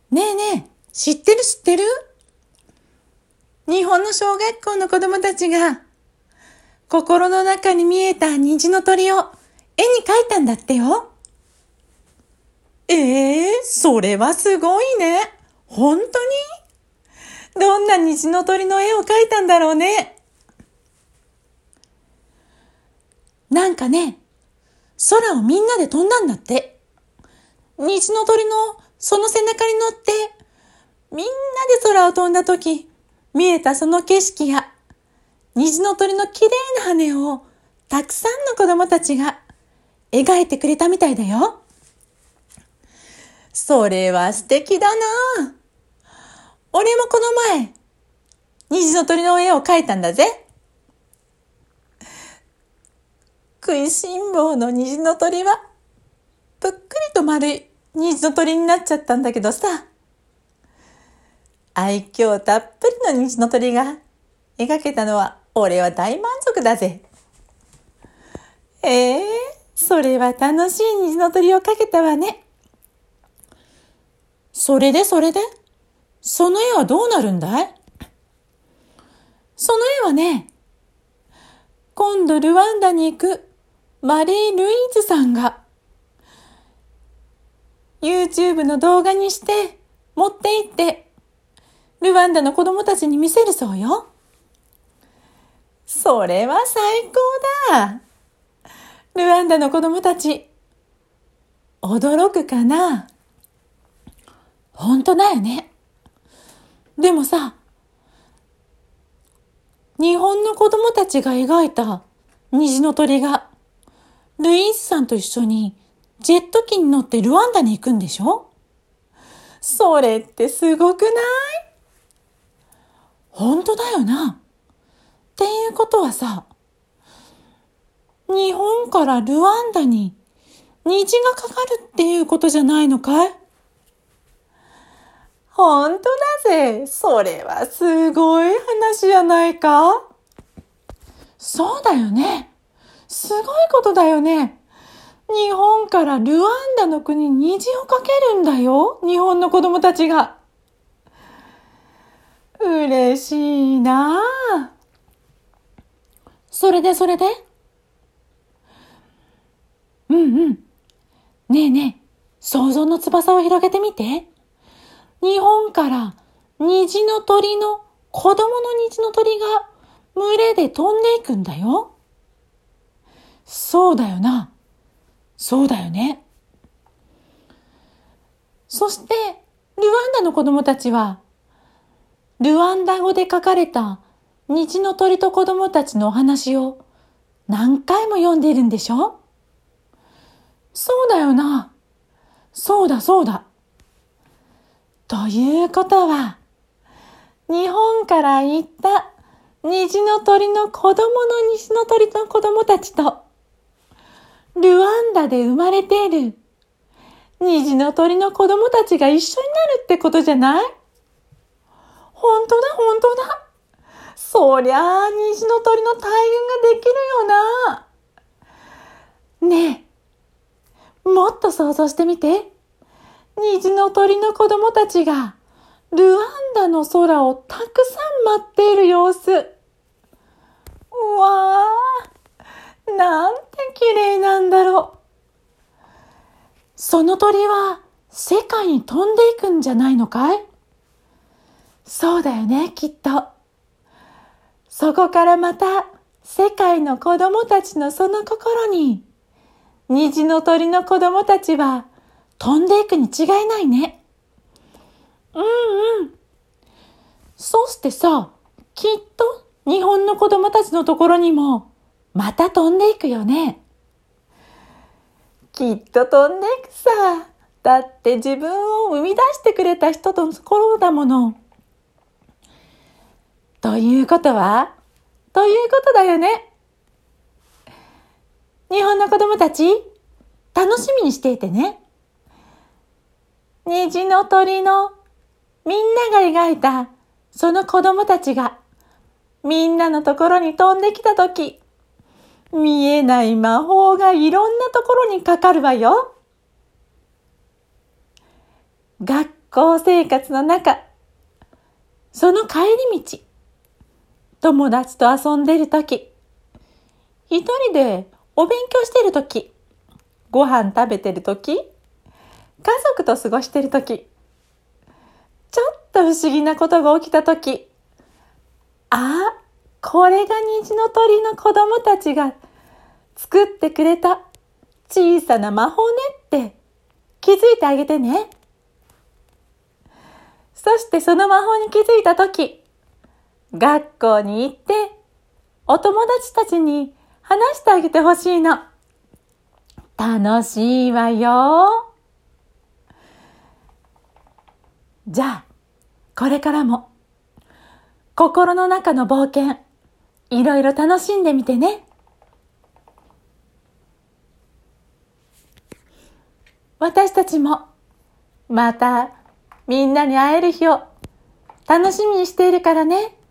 ねえねえ、知ってる？日本の小学校の子供たちが、心の中に見えた虹の鳥を絵に描いたんだってよ。それはすごいね。本当に？どんな虹の鳥の絵を描いたんだろうね。なんかね、空をみんなで飛んだんだって。虹の鳥のその背中に乗って、みんなで空を飛んだとき、見えたその景色や、虹の鳥の綺麗な羽をたくさんの子供たちが描いてくれたみたいだよ。それは素敵だな。俺もこの前、虹の鳥の絵を描いたんだぜ。食いしん坊の虹の鳥は、ぷっくりと丸い虹の鳥になっちゃったんだけどさ、愛嬌たっぷりの虹の鳥が描けたのは俺は大満足だぜ。それは楽しい虹の鳥を描けたわね。それでその絵はどうなるんだい？その絵はね、今度ルワンダに行くマリー・ルイーズさんが YouTube の動画にして持って行ってルワンダの子供たちに見せるそうよ。それは最高だ。ルワンダの子供たち驚くかな。本当だよね。でもさ、日本の子供たちが描いた虹の鳥がルイーズさんと一緒にジェット機に乗ってルワンダに行くんでしょ？それってすごくない？本当だよな。っていうことはさ、日本からルワンダに虹がかかるっていうことじゃないのかい？本当だぜ。それはすごい話じゃないか？そうだよね。すごいことだよね。日本からルワンダの国に虹をかけるんだよ。日本の子供たちが。嬉しいなあ。それでねえねえ、想像の翼を広げてみて。日本から虹の鳥の、子供の虹の鳥が群れで飛んでいくんだよ。そうだよな。そうだよね。そして、ルワンダの子供たちは、ルワンダ語で書かれた虹の鳥と子供たちのお話を何回も読んでいるんでしょ？そうだよな。そうだ。ということは、日本から行った虹の鳥の子供の虹の鳥の子供たちと、ルワンダで生まれている虹の鳥の子供たちが一緒になるってことじゃない？本当だ。そりゃあ虹の鳥の大群ができるよな。ねえ、もっと想像してみて。虹の鳥の子供たちがルワンダの空をたくさん待っている様子。うわあ、なんて綺麗なんだろう。その鳥は世界に飛んでいくんじゃないのかい？そうだよね、きっと。そこからまた世界の子供たちのその心に虹の鳥の子供たちは飛んでいくに違いないね。そしてさ、きっと日本の子供たちのところにもまた飛んでいくよね。きっと飛んでいくさ。だって自分を生み出してくれた人のところだもの。ということだよね。日本の子供たち、楽しみにしていてね。虹の鳥のみんなが描いたその子供たちがみんなのところに飛んできたとき、見えない魔法がいろんなところにかかるわよ。学校生活の中、その帰り道、友達と遊んでるとき、一人でお勉強してるとき、ご飯食べてるとき、家族と過ごしてるとき、ちょっと不思議なことが起きたとき、あ、これが虹の鳥の子供たちが作ってくれた小さな魔法ねって気づいてあげてね。そしてその魔法に気づいたとき、学校に行ってお友達たちに話してあげてほしいの。楽しいわよ。じゃあ、これからも心の中の冒険、いろいろ楽しんでみてね。私たちもまたみんなに会える日を楽しみにしているからね。